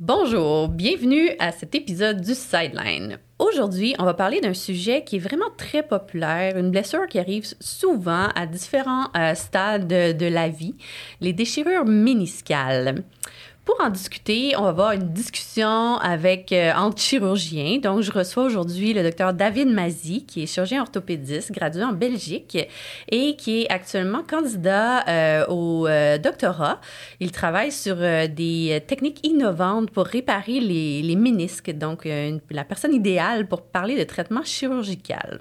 Bonjour, bienvenue à cet épisode du Sideline. Aujourd'hui, on va parler d'un sujet qui est vraiment très populaire, une blessure qui arrive souvent à différents stades de la vie, les déchirures méniscales. Pour en discuter, on va avoir une discussion entre chirurgiens. Donc, je reçois aujourd'hui le docteur David Mazy, qui est chirurgien orthopédiste, gradué en Belgique et qui est actuellement candidat au doctorat. Il travaille sur des techniques innovantes pour réparer les ménisques. Donc, la personne idéale pour parler de traitement chirurgical.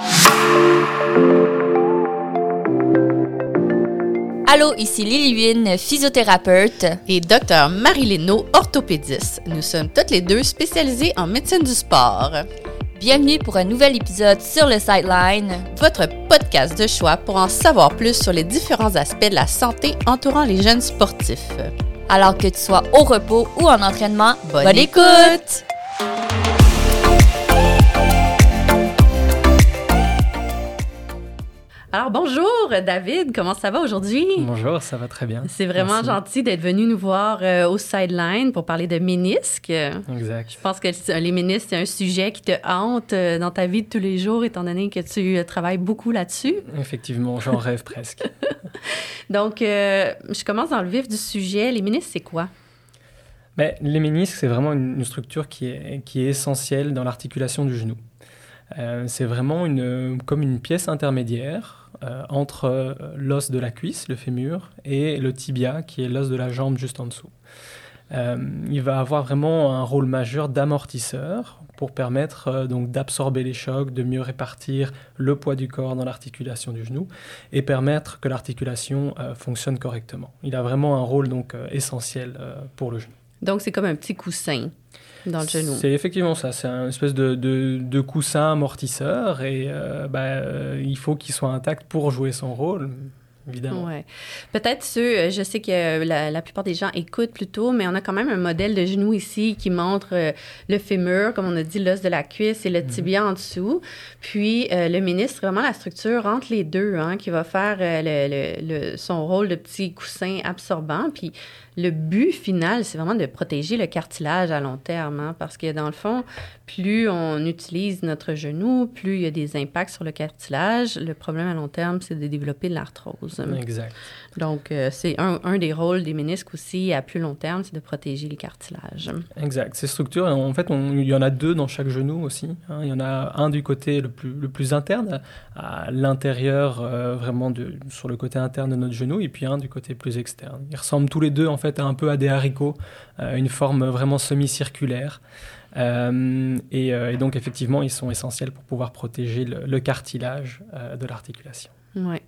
Allô, ici Lily Huynh, physiothérapeute. Et Dr Marie Leno, orthopédiste. Nous sommes toutes les deux spécialisées en médecine du sport. Bienvenue pour un nouvel épisode sur le Sideline, votre podcast de choix pour en savoir plus sur les différents aspects de la santé entourant les jeunes sportifs. Alors que tu sois au repos ou en entraînement, bonne écoute! Alors, bonjour David, comment ça va aujourd'hui? Bonjour, ça va très bien. C'est vraiment Merci. gentil d'être venu nous voir au Sideline pour parler de ménisques. Exact. Je pense que les ménisques, c'est un sujet qui te hante dans ta vie de tous les jours, étant donné que tu travailles beaucoup là-dessus. Effectivement, j'en rêve presque. Donc, je commence dans le vif du sujet. Les ménisques, c'est quoi? Mais les ménisques, c'est vraiment une structure qui est essentielle dans l'articulation du genou. C'est vraiment comme une pièce intermédiaire entre l'os de la cuisse, le fémur, et le tibia, qui est l'os de la jambe juste en dessous. Il va avoir vraiment un rôle majeur d'amortisseur pour permettre donc d'absorber les chocs, de mieux répartir le poids du corps dans l'articulation du genou et permettre que l'articulation fonctionne correctement. Il a vraiment un rôle donc essentiel pour le genou. Donc, c'est comme un petit coussin dans le genou. C'est effectivement ça, c'est une espèce de coussin amortisseur et il faut qu'il soit intact pour jouer son rôle, évidemment. Ouais. Peut-être je sais que la plupart des gens écoutent plutôt, mais on a quand même un modèle de genou ici qui montre le fémur, comme on a dit, l'os de la cuisse et le tibia en dessous. Puis le ménisque, c'est vraiment la structure entre les deux qui va faire son rôle de petit coussin absorbant. Puis le but final, c'est vraiment de protéger le cartilage à long terme, parce que dans le fond, plus on utilise notre genou, plus il y a des impacts sur le cartilage. Le problème à long terme, c'est de développer de l'arthrose. Exact. Donc, c'est un des rôles des ménisques aussi à plus long terme, c'est de protéger les cartilages. Exact. Ces structures, en fait, il y en a deux dans chaque genou aussi. Il y en a un du côté le plus interne, à l'intérieur, vraiment sur le côté interne de notre genou, et puis un du côté plus externe. Ils ressemblent tous les deux, en fait, un peu à des haricots, une forme vraiment semi-circulaire. Et donc, effectivement, ils sont essentiels pour pouvoir protéger le cartilage de l'articulation. Oui.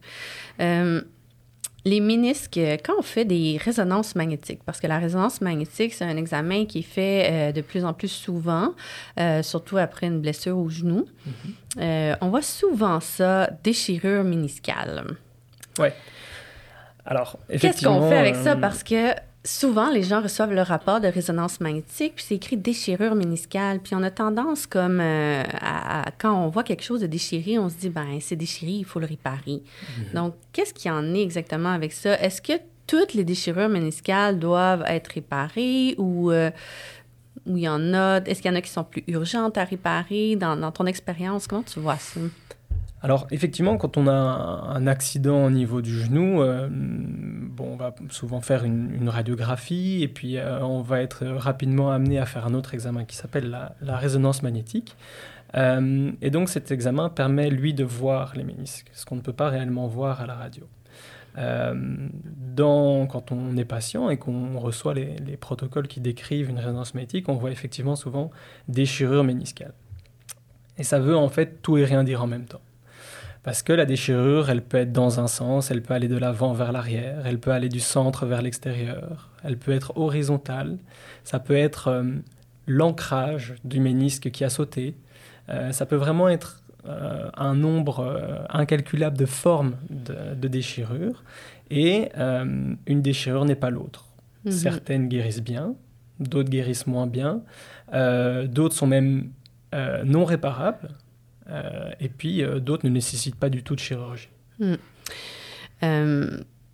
Les ménisques, quand on fait des résonances magnétiques, parce que la résonance magnétique, c'est un examen qui est fait de plus en plus souvent, surtout après une blessure au genou, on voit souvent ça, déchirure méniscale. Oui. Alors, effectivement... Qu'est-ce qu'on fait avec ça? Parce que souvent, les gens reçoivent le rapport de résonance magnétique, puis c'est écrit déchirure méniscale. Puis on a tendance, comme quand on voit quelque chose de déchiré, on se dit, c'est déchiré, il faut le réparer. Donc, qu'est-ce qu'il y en est exactement avec ça? Est-ce que toutes les déchirures méniscales doivent être réparées ou il y en a? Est-ce qu'il y en a qui sont plus urgentes à réparer? Dans ton expérience, comment tu vois ça? Alors, effectivement, quand on a un accident au niveau du genou, on va souvent faire une radiographie et puis on va être rapidement amené à faire un autre examen qui s'appelle la résonance magnétique. Et donc, cet examen permet, lui, de voir les ménisques, ce qu'on ne peut pas réellement voir à la radio. Quand on est patient et qu'on reçoit les protocoles qui décrivent une résonance magnétique, on voit effectivement souvent déchirure méniscale. Et ça veut en fait tout et rien dire en même temps. Parce que la déchirure, elle peut être dans un sens, elle peut aller de l'avant vers l'arrière, elle peut aller du centre vers l'extérieur, elle peut être horizontale, ça peut être l'ancrage du ménisque qui a sauté, ça peut vraiment être un nombre incalculable de formes de déchirure, et une déchirure n'est pas l'autre. Certaines guérissent bien, d'autres guérissent moins bien, d'autres sont même non réparables, et puis d'autres ne nécessitent pas du tout de chirurgie.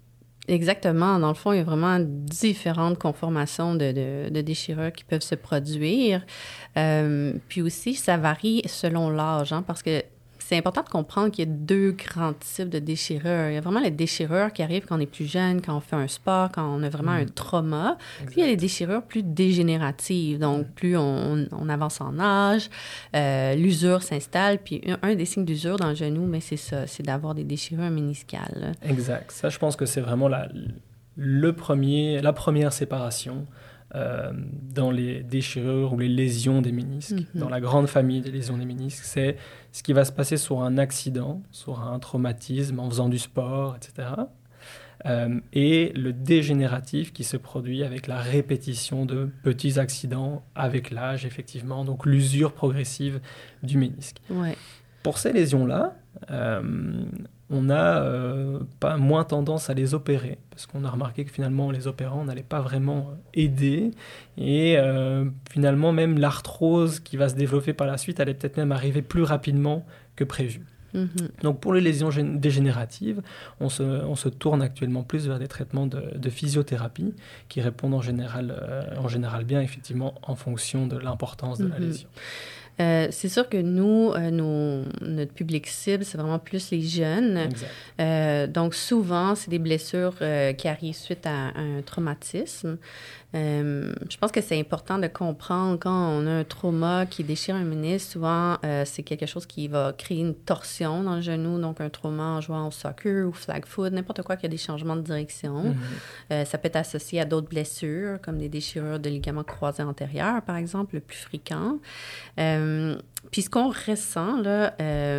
Exactement. Dans le fond, il y a vraiment différentes conformations de déchirures qui peuvent se produire. Puis aussi, ça varie selon l'âge, hein, parce que c'est important de comprendre qu'il y a 2 grands types de déchirures. Il y a vraiment les déchirures qui arrivent quand on est plus jeune, quand on fait un sport, quand on a vraiment un trauma. Exact. Puis il y a les déchirures plus dégénératives. Donc, plus on avance en âge, l'usure s'installe. Puis un des signes d'usure dans le genou, mais c'est ça, c'est d'avoir des déchirures méniscales. Exact. Ça, je pense que c'est vraiment la première séparation dans les déchirures ou les lésions des ménisques. Dans la grande famille des lésions des ménisques, c'est ce qui va se passer sur un accident, sur un traumatisme, en faisant du sport, etc. Et le dégénératif qui se produit avec la répétition de petits accidents avec l'âge, effectivement, donc l'usure progressive du ménisque. Ouais. Pour ces lésions-là, on a pas moins tendance à les opérer, parce qu'on a remarqué que finalement, les opérants n'allaient pas vraiment aider, et finalement, même l'arthrose qui va se développer par la suite allait peut-être même arriver plus rapidement que prévu. Donc pour les lésions dégénératives, on se tourne actuellement plus vers des traitements de physiothérapie qui répondent en général bien, effectivement, en fonction de l'importance de la lésion. C'est sûr que nous, notre public cible, c'est vraiment plus les jeunes. Donc, souvent, c'est des blessures qui arrivent suite à un traumatisme. Je pense que c'est important de comprendre quand on a un trauma qui déchire un ménisque, souvent, c'est quelque chose qui va créer une torsion dans le genou, donc un trauma en jouant au soccer ou flag foot, n'importe quoi qui a des changements de direction. Ça peut être associé à d'autres blessures, comme des déchirures de ligaments croisés antérieurs, par exemple, le plus fréquent. Puis ce qu'on ressent, là,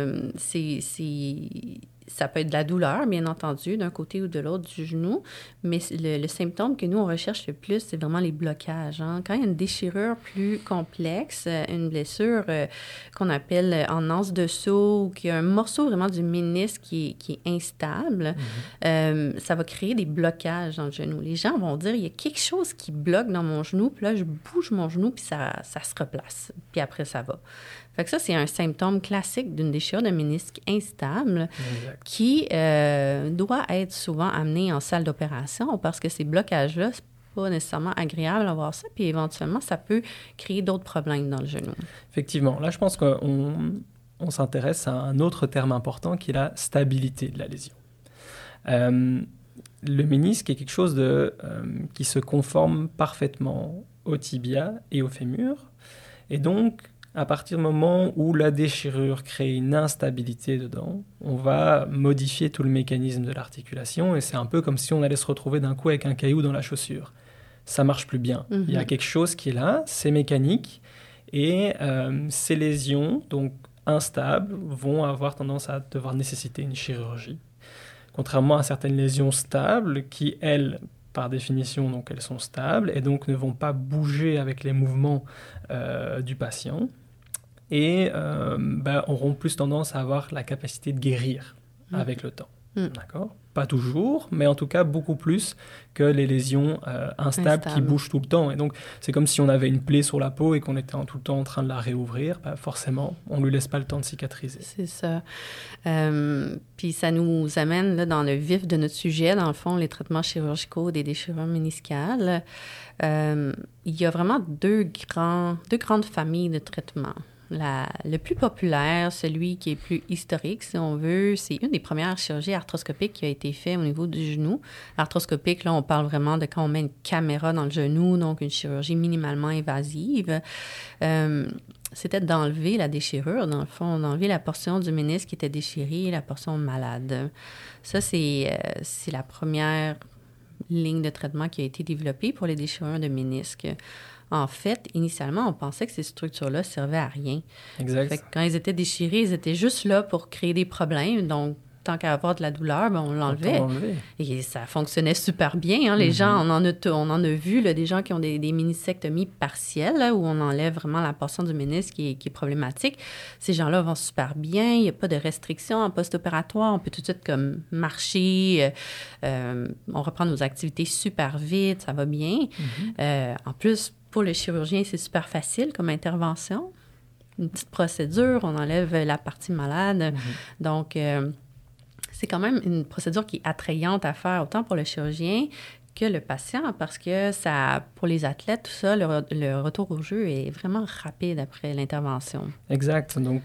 ça peut être de la douleur, bien entendu, d'un côté ou de l'autre du genou, mais le symptôme que nous, on recherche le plus, c'est vraiment les blocages. Hein. Quand il y a une déchirure plus complexe, une blessure qu'on appelle en anse de saut, ou qu'il y a un morceau vraiment du ménisque qui est instable, ça va créer des blocages dans le genou. Les gens vont dire, il y a quelque chose qui bloque dans mon genou, puis là, je bouge mon genou, puis ça se replace. Puis après, ça va. Fait que ça, c'est un symptôme classique d'une déchirure de ménisque instable qui doit être souvent amené en salle d'opération parce que ces blocages-là, c'est pas nécessairement agréable d'avoir ça, puis éventuellement, ça peut créer d'autres problèmes dans le genou. Effectivement. Là, je pense qu'on s'intéresse à un autre terme important qui est la stabilité de la lésion. Le ménisque est quelque chose qui se conforme parfaitement au tibia et au fémur. Et donc, à partir du moment où la déchirure crée une instabilité dedans, on va modifier tout le mécanisme de l'articulation et c'est un peu comme si on allait se retrouver d'un coup avec un caillou dans la chaussure. Ça marche plus bien. Il y a quelque chose qui est là, c'est mécanique et ces lésions, donc instables, vont avoir tendance à devoir nécessiter une chirurgie. Contrairement à certaines lésions stables qui, elles, par définition, donc elles sont stables et donc ne vont pas bouger avec les mouvements du patient et auront plus tendance à avoir la capacité de guérir avec le temps. D'accord ? Pas toujours, mais en tout cas beaucoup plus que les lésions instables qui bougent tout le temps. Et donc, c'est comme si on avait une plaie sur la peau et qu'on était tout le temps en train de la réouvrir. Forcément, on ne lui laisse pas le temps de cicatriser. C'est ça. Puis ça nous amène là, dans le vif de notre sujet, dans le fond, les traitements chirurgicaux des déchirures méniscales. Il y a vraiment deux grandes familles de traitements. Le plus populaire, celui qui est plus historique, si on veut, c'est une des premières chirurgies arthroscopiques qui a été faite au niveau du genou. Arthroscopique, là, on parle vraiment de quand on met une caméra dans le genou, donc une chirurgie minimalement invasive. C'était d'enlever la déchirure, dans le fond, d'enlever la portion du ménisque qui était déchirée, la portion malade. Ça, c'est la première ligne de traitement qui a été développée pour les déchirures de ménisque. En fait, initialement, on pensait que ces structures-là servaient à rien. Exact. Fait que quand ils étaient déchirés, ils étaient juste là pour créer des problèmes. Donc, tant qu'à avoir de la douleur, on l'enlevait. Et ça fonctionnait super bien. Hein. Les gens, on en a vu là, des gens qui ont des méniscectomies partielles, là, où on enlève vraiment la portion du ménisque qui est problématique. Ces gens-là vont super bien. Il n'y a pas de restrictions en post-opératoire. On peut tout de suite comme marcher. On reprend nos activités super vite. Ça va bien. En plus, pour le chirurgien, c'est super facile comme intervention. Une petite procédure, on enlève la partie malade. Donc, C'est quand même une procédure qui est attrayante à faire, autant pour le chirurgien que le patient, parce que ça, pour les athlètes, tout ça, le retour au jeu est vraiment rapide après l'intervention. Exact. Donc,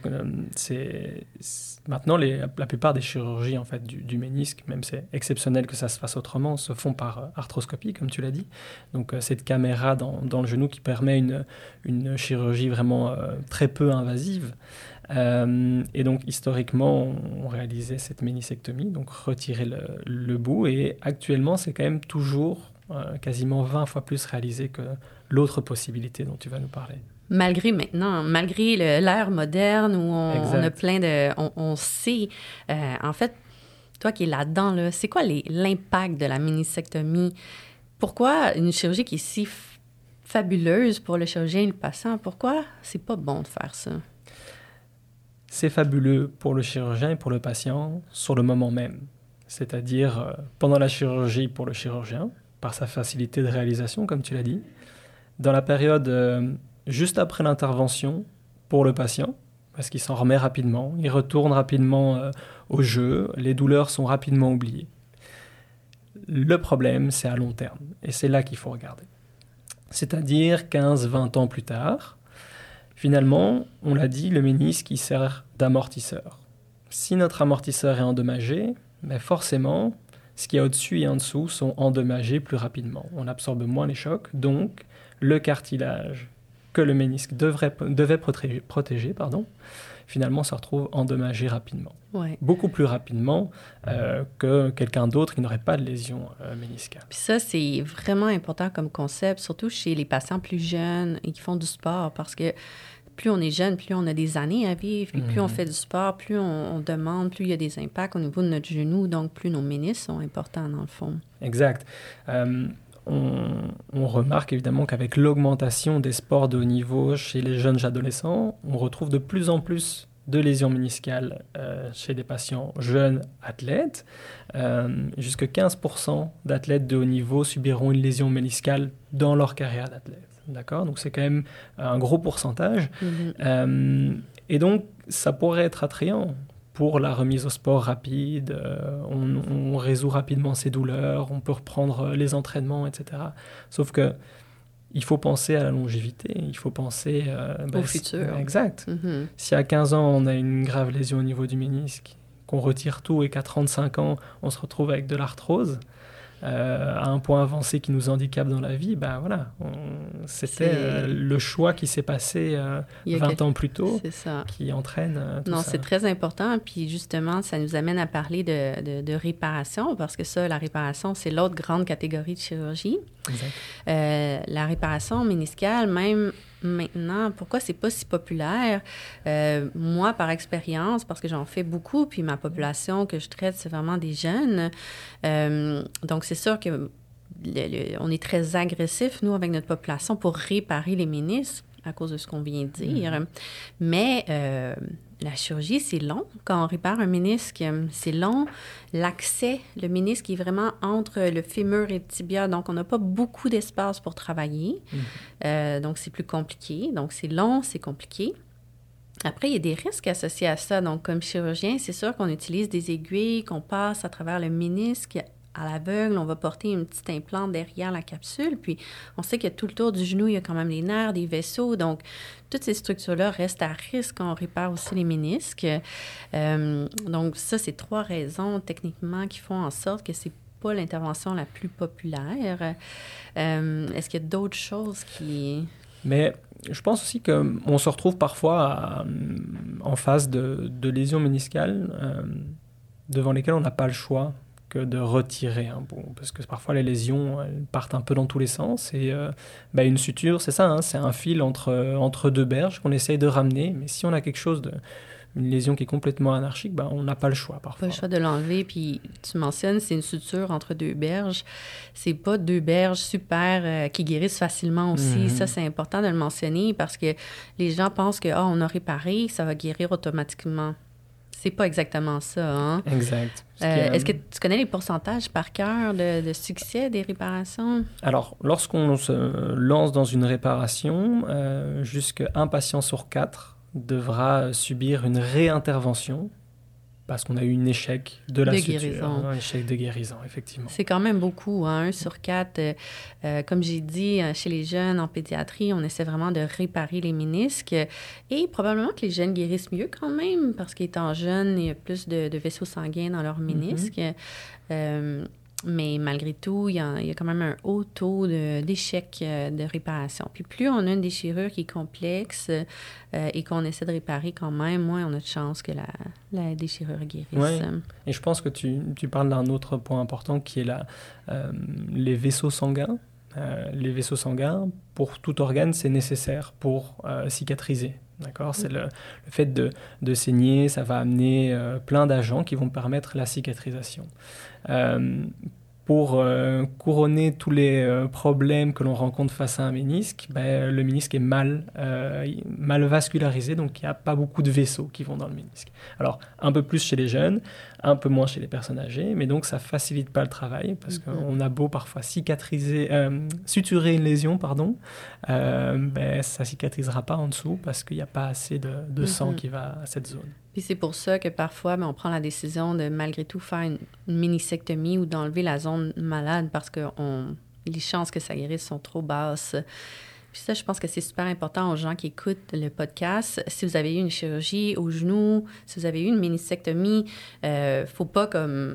maintenant, la plupart des chirurgies en fait, du ménisque, même c'est exceptionnel que ça se fasse autrement, se font par arthroscopie, comme tu l'as dit. Donc, cette caméra dans le genou qui permet une chirurgie vraiment très peu invasive. Et donc, historiquement, on réalisait cette ménisectomie, donc retirer le bout. Et actuellement, c'est quand même toujours quasiment 20 fois plus réalisé que l'autre possibilité dont tu vas nous parler. Malgré l'ère moderne où on a plein de... On sait, en fait, toi qui es là-dedans, là, c'est quoi l'impact de la ménisectomie? Pourquoi une chirurgie qui est si fabuleuse pour le chirurgien et le patient, pourquoi c'est pas bon de faire ça? C'est fabuleux pour le chirurgien et pour le patient sur le moment même. C'est-à-dire pendant la chirurgie pour le chirurgien, par sa facilité de réalisation, comme tu l'as dit. Dans la période juste après l'intervention pour le patient, parce qu'il s'en remet rapidement, il retourne rapidement au jeu, les douleurs sont rapidement oubliées. Le problème, c'est à long terme, et c'est là qu'il faut regarder. C'est-à-dire 15-20 ans plus tard, finalement, on l'a dit, le ménisque, il sert d'amortisseur. Si notre amortisseur est endommagé, mais forcément, ce qu'il y a au-dessus et en dessous sont endommagés plus rapidement. On absorbe moins les chocs, donc le cartilage que le ménisque devait protéger, finalement se retrouve endommagé rapidement. Ouais. Beaucoup plus rapidement que quelqu'un d'autre qui n'aurait pas de lésion méniscale. Puis ça, c'est vraiment important comme concept, surtout chez les patients plus jeunes et qui font du sport, parce que plus on est jeune, plus on a des années à vivre, et plus on fait du sport, plus on demande, plus il y a des impacts au niveau de notre genou, donc plus nos ménisques sont importants dans le fond. Exact. On remarque évidemment qu'avec l'augmentation des sports de haut niveau chez les jeunes adolescents, on retrouve de plus en plus de lésions méniscales chez des patients jeunes athlètes. Jusque 15% d'athlètes de haut niveau subiront une lésion méniscale dans leur carrière d'athlète. D'accord ? Donc c'est quand même un gros pourcentage. Et donc ça pourrait être attrayant pour la remise au sport rapide. On résout rapidement ses douleurs, on peut reprendre les entraînements, etc. Sauf que il faut penser à la longévité, il faut penser au futur. Exact. Si à 15 ans, on a une grave lésion au niveau du ménisque, qu'on retire tout et qu'à 35 ans, on se retrouve avec de l'arthrose, à un point avancé qui nous handicape dans la vie, c'était le choix qui s'est passé 20 ans plus tôt qui entraîne tout ça. Non, c'est très important. Puis justement, ça nous amène à parler de réparation, parce que ça, la réparation, c'est l'autre grande catégorie de chirurgie. Exact. La réparation méniscale, même maintenant, pourquoi c'est pas si populaire? Moi, par expérience, parce que j'en fais beaucoup, puis ma population que je traite, c'est vraiment des jeunes. Donc, c'est sûr que on est très agressif, nous, avec notre population, pour réparer les ménisques, à cause de ce qu'on vient de dire. Mais la chirurgie, c'est long. Quand on répare un ménisque, c'est long. L'accès, le ménisque est vraiment entre le fémur et le tibia, donc on n'a pas beaucoup d'espace pour travailler. Donc, c'est plus compliqué. Donc, c'est long, c'est compliqué. Après, il y a des risques associés à ça. Donc, comme chirurgien, c'est sûr qu'on utilise des aiguilles, qu'on passe à travers le ménisque. À l'aveugle, on va porter une petite implante derrière la capsule. Puis, on sait que tout le tour du genou, il y a quand même les nerfs, des vaisseaux. Donc, toutes ces structures-là restent à risque quand on répare aussi les ménisques. Donc, ça, c'est 3 raisons techniquement qui font en sorte que c'est pas l'intervention la plus populaire. Est-ce qu'il y a d'autres choses qui... Mais je pense aussi qu'on se retrouve parfois en face de lésions méniscales devant lesquelles on n'a pas le choix que de retirer un bout. Parce que parfois, les lésions elles partent un peu dans tous les sens. Et une suture, c'est ça, c'est un fil entre 2 berges qu'on essaye de ramener. Mais si on a quelque chose une lésion qui est complètement anarchique, on n'a pas le choix parfois. Pas le choix de l'enlever. Puis tu mentionnes, c'est une suture entre 2 berges. C'est pas 2 berges super qui guérissent facilement aussi. Ça, c'est important de le mentionner parce que les gens pensent que on a réparé, ça va guérir automatiquement. C'est pas exactement ça, hein? Exact. Est-ce que tu connais les pourcentages par cœur de succès des réparations? Alors, lorsqu'on se lance dans une réparation, jusqu'à 1 patient sur 4 devra subir une réintervention parce qu'on a eu un échec de la suture, guérison. Un échec de guérison, effectivement. C'est quand même beaucoup, hein, 1 sur 4. Comme j'ai dit, chez les jeunes en pédiatrie, on essaie vraiment de réparer les ménisques. Et probablement que les jeunes guérissent mieux quand même, parce qu'étant jeunes, il y a plus de vaisseaux sanguins dans leurs ménisques. Mais malgré tout, il y a quand même un haut taux d'échec de réparation. Puis plus on a une déchirure qui est complexe et qu'on essaie de réparer quand même, moins on a de chances que la déchirure guérisse. Ouais. Et je pense que tu parles d'un autre point important qui est les vaisseaux sanguins. Les vaisseaux sanguins, pour tout organe, c'est nécessaire pour cicatriser. D'accord ? C'est le fait de saigner, ça va amener plein d'agents qui vont permettre la cicatrisation. Pour couronner tous les problèmes que l'on rencontre face à un ménisque, le ménisque est mal vascularisé, donc il n'y a pas beaucoup de vaisseaux qui vont dans le ménisque. Alors, un peu plus chez les jeunes, un peu moins chez les personnes âgées, mais donc ça ne facilite pas le travail, parce qu'on a beau parfois suturer une lésion, ça ne cicatrisera pas en dessous, parce qu'il n'y a pas assez de sang qui va à cette zone. Puis c'est pour ça que parfois, on prend la décision de malgré tout faire une minisectomie ou d'enlever la zone malade parce que les chances que ça guérisse sont trop basses. Puis ça, je pense que c'est super important aux gens qui écoutent le podcast. Si vous avez eu une chirurgie au genou, si vous avez eu une minisectomie, faut pas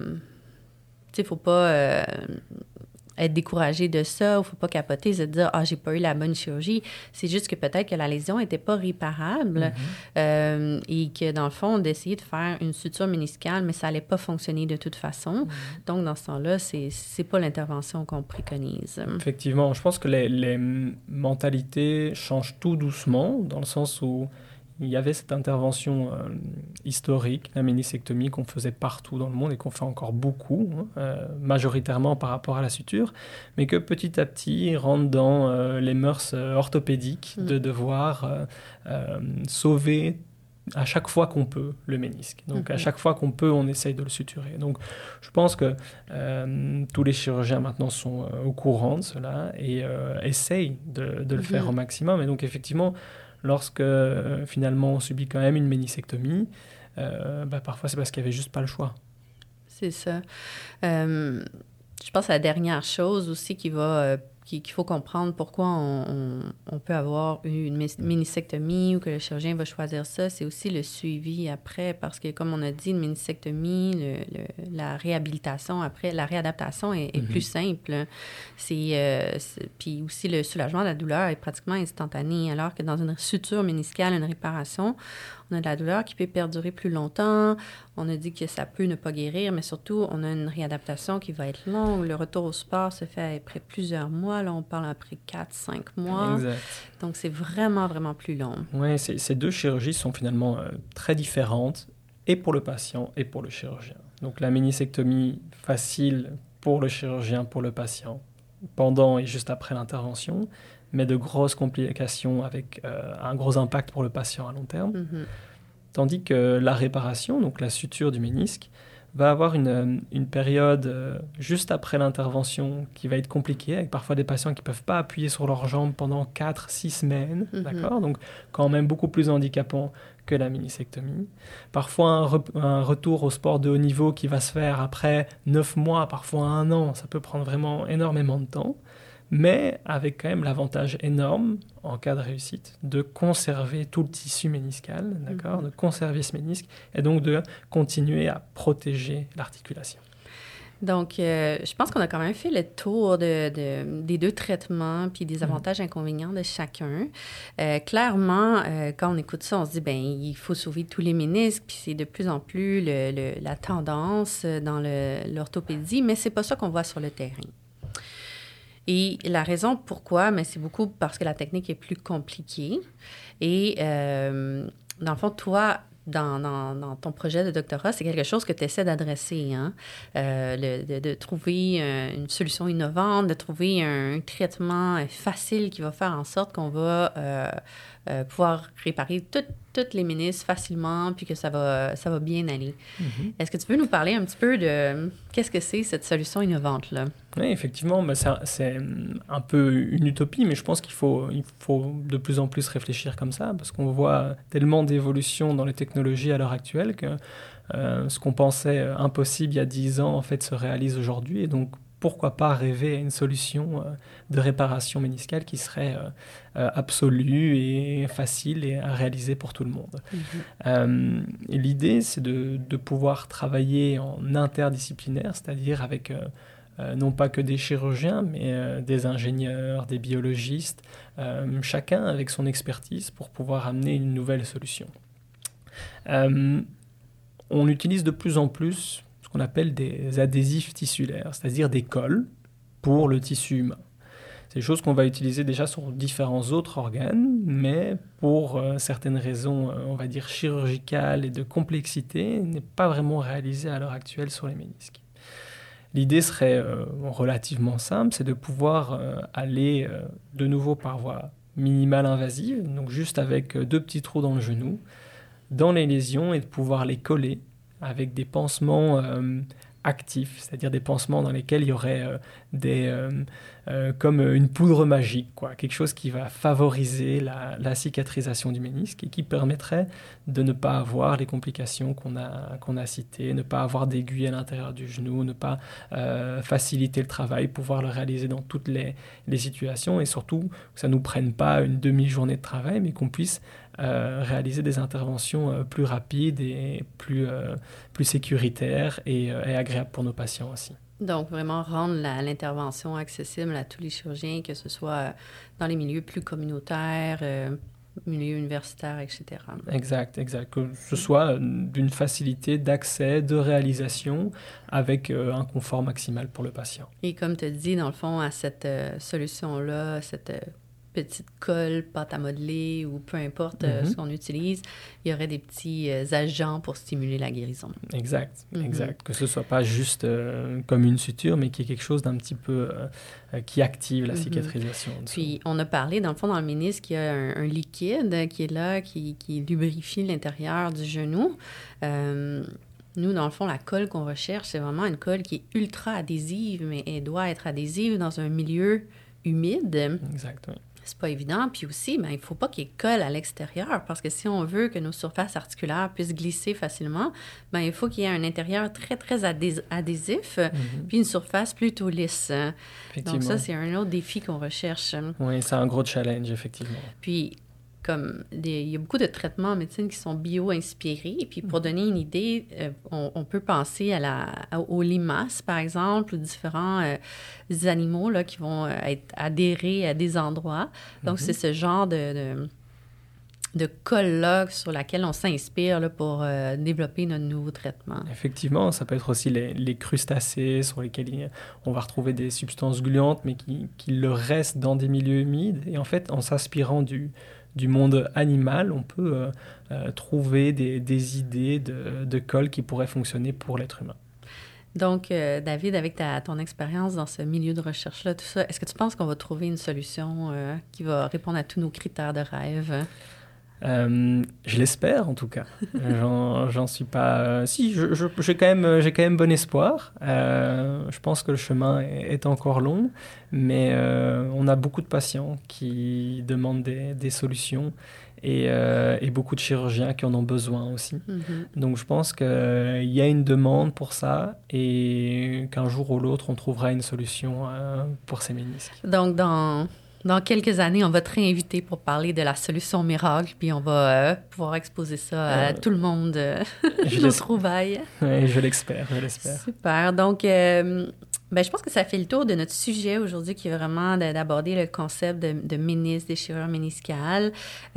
être découragé de ça, il ne faut pas capoter, se dire « Ah, j'ai pas eu la bonne chirurgie ». C'est juste que peut-être que la lésion n'était pas réparable et que, dans le fond, d'essayer de faire une suture méniscale, mais ça n'allait pas fonctionner de toute façon. Donc, dans ce temps-là, c'est pas l'intervention qu'on préconise. Effectivement, je pense que les mentalités changent tout doucement, dans le sens où il y avait cette intervention historique, la minisectomie qu'on faisait partout dans le monde et qu'on fait encore beaucoup, majoritairement par rapport à la suture, mais que petit à petit rentre dans les mœurs orthopédiques de devoir sauver à chaque fois qu'on peut le ménisque. Donc à chaque fois qu'on peut, on essaye de le suturer. Donc je pense que tous les chirurgiens maintenant sont au courant de cela et essayent de le faire au maximum. Et donc effectivement, lorsque finalement on subit quand même une ménisectomie, parfois c'est parce qu'il n'y avait juste pas le choix. C'est ça. Je pense à la dernière chose aussi qu'il faut comprendre pourquoi on peut avoir une minisectomie ou que le chirurgien va choisir ça, c'est aussi le suivi après, parce que comme on a dit, une minisectomie, la réhabilitation après, la réadaptation est plus simple. Puis aussi le soulagement de la douleur est pratiquement instantané, alors que dans une suture méniscale, une réparation, on a de la douleur qui peut perdurer plus longtemps. On a dit que ça peut ne pas guérir, mais surtout, on a une réadaptation qui va être longue. Le retour au sport se fait après plusieurs mois. Là, on parle après 4-5 mois. Exact. Donc, c'est vraiment, vraiment plus long. Oui, ces deux chirurgies sont finalement très différentes, et pour le patient et pour le chirurgien. Donc, la minisectomie facile pour le chirurgien, pour le patient, pendant et juste après l'intervention, mais de grosses complications avec un gros impact pour le patient à long terme. Tandis que la réparation, donc la suture du ménisque, va avoir une période juste après l'intervention qui va être compliquée, avec parfois des patients qui ne peuvent pas appuyer sur leurs jambes pendant 4-6 semaines, d'accord ? Donc quand même beaucoup plus handicapant que la minisectomie. Parfois un retour au sport de haut niveau qui va se faire après 9 mois, parfois 1 an, ça peut prendre vraiment énormément de temps, mais avec quand même l'avantage énorme, en cas de réussite, de conserver tout le tissu méniscal, d'accord, de conserver ce ménisque, et donc de continuer à protéger l'articulation. Donc, je pense qu'on a quand même fait le tour des deux traitements puis des avantages et inconvénients de chacun. Clairement, quand on écoute ça, on se dit, il faut sauver tous les ménisques, puis c'est de plus en plus la tendance dans l'orthopédie, mais c'est pas ça qu'on voit sur le terrain. Et la raison pourquoi, mais c'est beaucoup parce que la technique est plus compliquée. Et dans le fond, toi, dans ton projet de doctorat, c'est quelque chose que tu essaies d'adresser, hein? De trouver une solution innovante, de trouver un traitement facile qui va faire en sorte qu'on va pouvoir réparer toutes les ménisques facilement, puis que ça va bien aller. Est-ce que tu peux nous parler un petit peu de qu'est-ce que c'est cette solution innovante-là? Oui, effectivement, c'est un peu une utopie, mais je pense qu'il faut de plus en plus réfléchir comme ça, parce qu'on voit tellement d'évolution dans les technologies à l'heure actuelle que ce qu'on pensait impossible il y a 10 ans, en fait, se réalise aujourd'hui. Et donc, pourquoi pas rêver à une solution de réparation méniscale qui serait absolue et facile à réaliser pour tout le monde. Et l'idée, c'est de pouvoir travailler en interdisciplinaire, c'est-à-dire avec non pas que des chirurgiens, mais des ingénieurs, des biologistes, chacun avec son expertise pour pouvoir amener une nouvelle solution. On utilise de plus en plus ce qu'on appelle des adhésifs tissulaires, c'est-à-dire des colles pour le tissu humain. C'est des choses qu'on va utiliser déjà sur différents autres organes, mais pour certaines raisons, on va dire chirurgicales et de complexité, n'est pas vraiment réalisé à l'heure actuelle sur les ménisques. L'idée serait relativement simple, c'est de pouvoir aller de nouveau par voie minimale invasive, donc juste avec 2 petits trous dans le genou, dans les lésions et de pouvoir les coller avec des pansements actifs, c'est-à-dire des pansements dans lesquels il y aurait comme une poudre magique, quoi, quelque chose qui va favoriser la cicatrisation du ménisque et qui permettrait de ne pas avoir les complications qu'on a citées, ne pas avoir d'aiguille à l'intérieur du genou, ne pas faciliter le travail, pouvoir le réaliser dans toutes les situations et surtout que ça ne nous prenne pas une demi-journée de travail, mais qu'on puisse réaliser des interventions plus rapides et plus sécuritaires et agréables pour nos patients aussi. Donc, vraiment rendre l'intervention accessible à tous les chirurgiens, que ce soit dans les milieux plus communautaires, milieux universitaires, etc. Exact. Que ce soit d'une facilité d'accès, de réalisation, avec un confort maximal pour le patient. Et comme tu dis, dans le fond, à cette solution-là, cette petite colle, pâte à modeler ou peu importe ce qu'on utilise, il y aurait des petits agents pour stimuler la guérison. Exact. Que ce ne soit pas juste comme une suture, mais qu'il y ait quelque chose d'un petit peu qui active la cicatrisation. Puis, on a parlé, dans le fond, dans le ménisque, qu'il y a un liquide qui est là, qui lubrifie l'intérieur du genou. Nous, dans le fond, la colle qu'on recherche, c'est vraiment une colle qui est ultra adhésive, mais elle doit être adhésive dans un milieu humide. Exact, oui. C'est pas évident. Puis aussi, il ne faut pas qu'il colle à l'extérieur parce que si on veut que nos surfaces articulaires puissent glisser facilement, il faut qu'il y ait un intérieur très, très adhésif puis une surface plutôt lisse. Donc ça, c'est un autre défi qu'on recherche. Oui, c'est un gros challenge, effectivement. Puis, comme il y a beaucoup de traitements en médecine qui sont bio-inspirés. Et puis, pour donner une idée, on peut penser aux limaces, par exemple, ou différents animaux là, qui vont être adhérés à des endroits. Donc, c'est ce genre de colle-là sur laquelle on s'inspire là, pour développer notre nouveau traitement. Effectivement, ça peut être aussi les crustacés sur lesquels on va retrouver des substances gluantes, mais qui le restent dans des milieux humides. Et en fait, en s'inspirant du monde animal, on peut trouver des idées de colle qui pourraient fonctionner pour l'être humain. Donc, David, avec ton expérience dans ce milieu de recherche-là, tout ça, est-ce que tu penses qu'on va trouver une solution qui va répondre à tous nos critères de rêve? Je l'espère en tout cas. J'en suis pas. Si, j'ai quand même bon espoir. Je pense que le chemin est encore long, mais on a beaucoup de patients qui demandent des solutions et beaucoup de chirurgiens qui en ont besoin aussi. Donc je pense qu'il y a une demande pour ça et qu'un jour ou l'autre on trouvera une solution pour ces ménisques. Donc dans quelques années, on va te réinviter pour parler de la solution miracle, puis on va pouvoir exposer ça à tout le monde, nos trouvailles. Oui, je l'espère. Super. Donc, je pense que ça fait le tour de notre sujet aujourd'hui, qui est vraiment d'aborder le concept de ménisque, déchirure méniscale.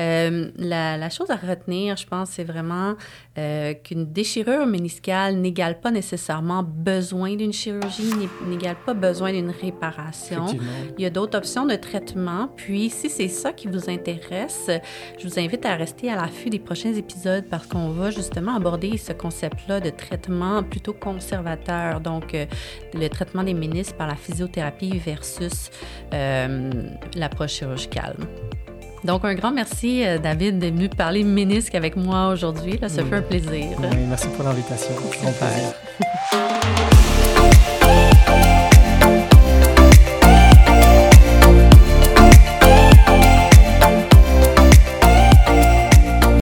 La chose à retenir, je pense, c'est vraiment qu'une déchirure méniscale n'égale pas nécessairement besoin d'une chirurgie, n'égale pas besoin d'une réparation. Il y a d'autres options de traitement. Puis, si c'est ça qui vous intéresse, je vous invite à rester à l'affût des prochains épisodes parce qu'on va justement aborder ce concept-là de traitement plutôt conservateur. Donc, le traitement des ménisques par la physiothérapie versus l'approche chirurgicale. Donc, un grand merci, David, d'être venu parler ménisque avec moi aujourd'hui. Là, ça fait un plaisir. Oui, merci pour l'invitation. C'est un plaisir.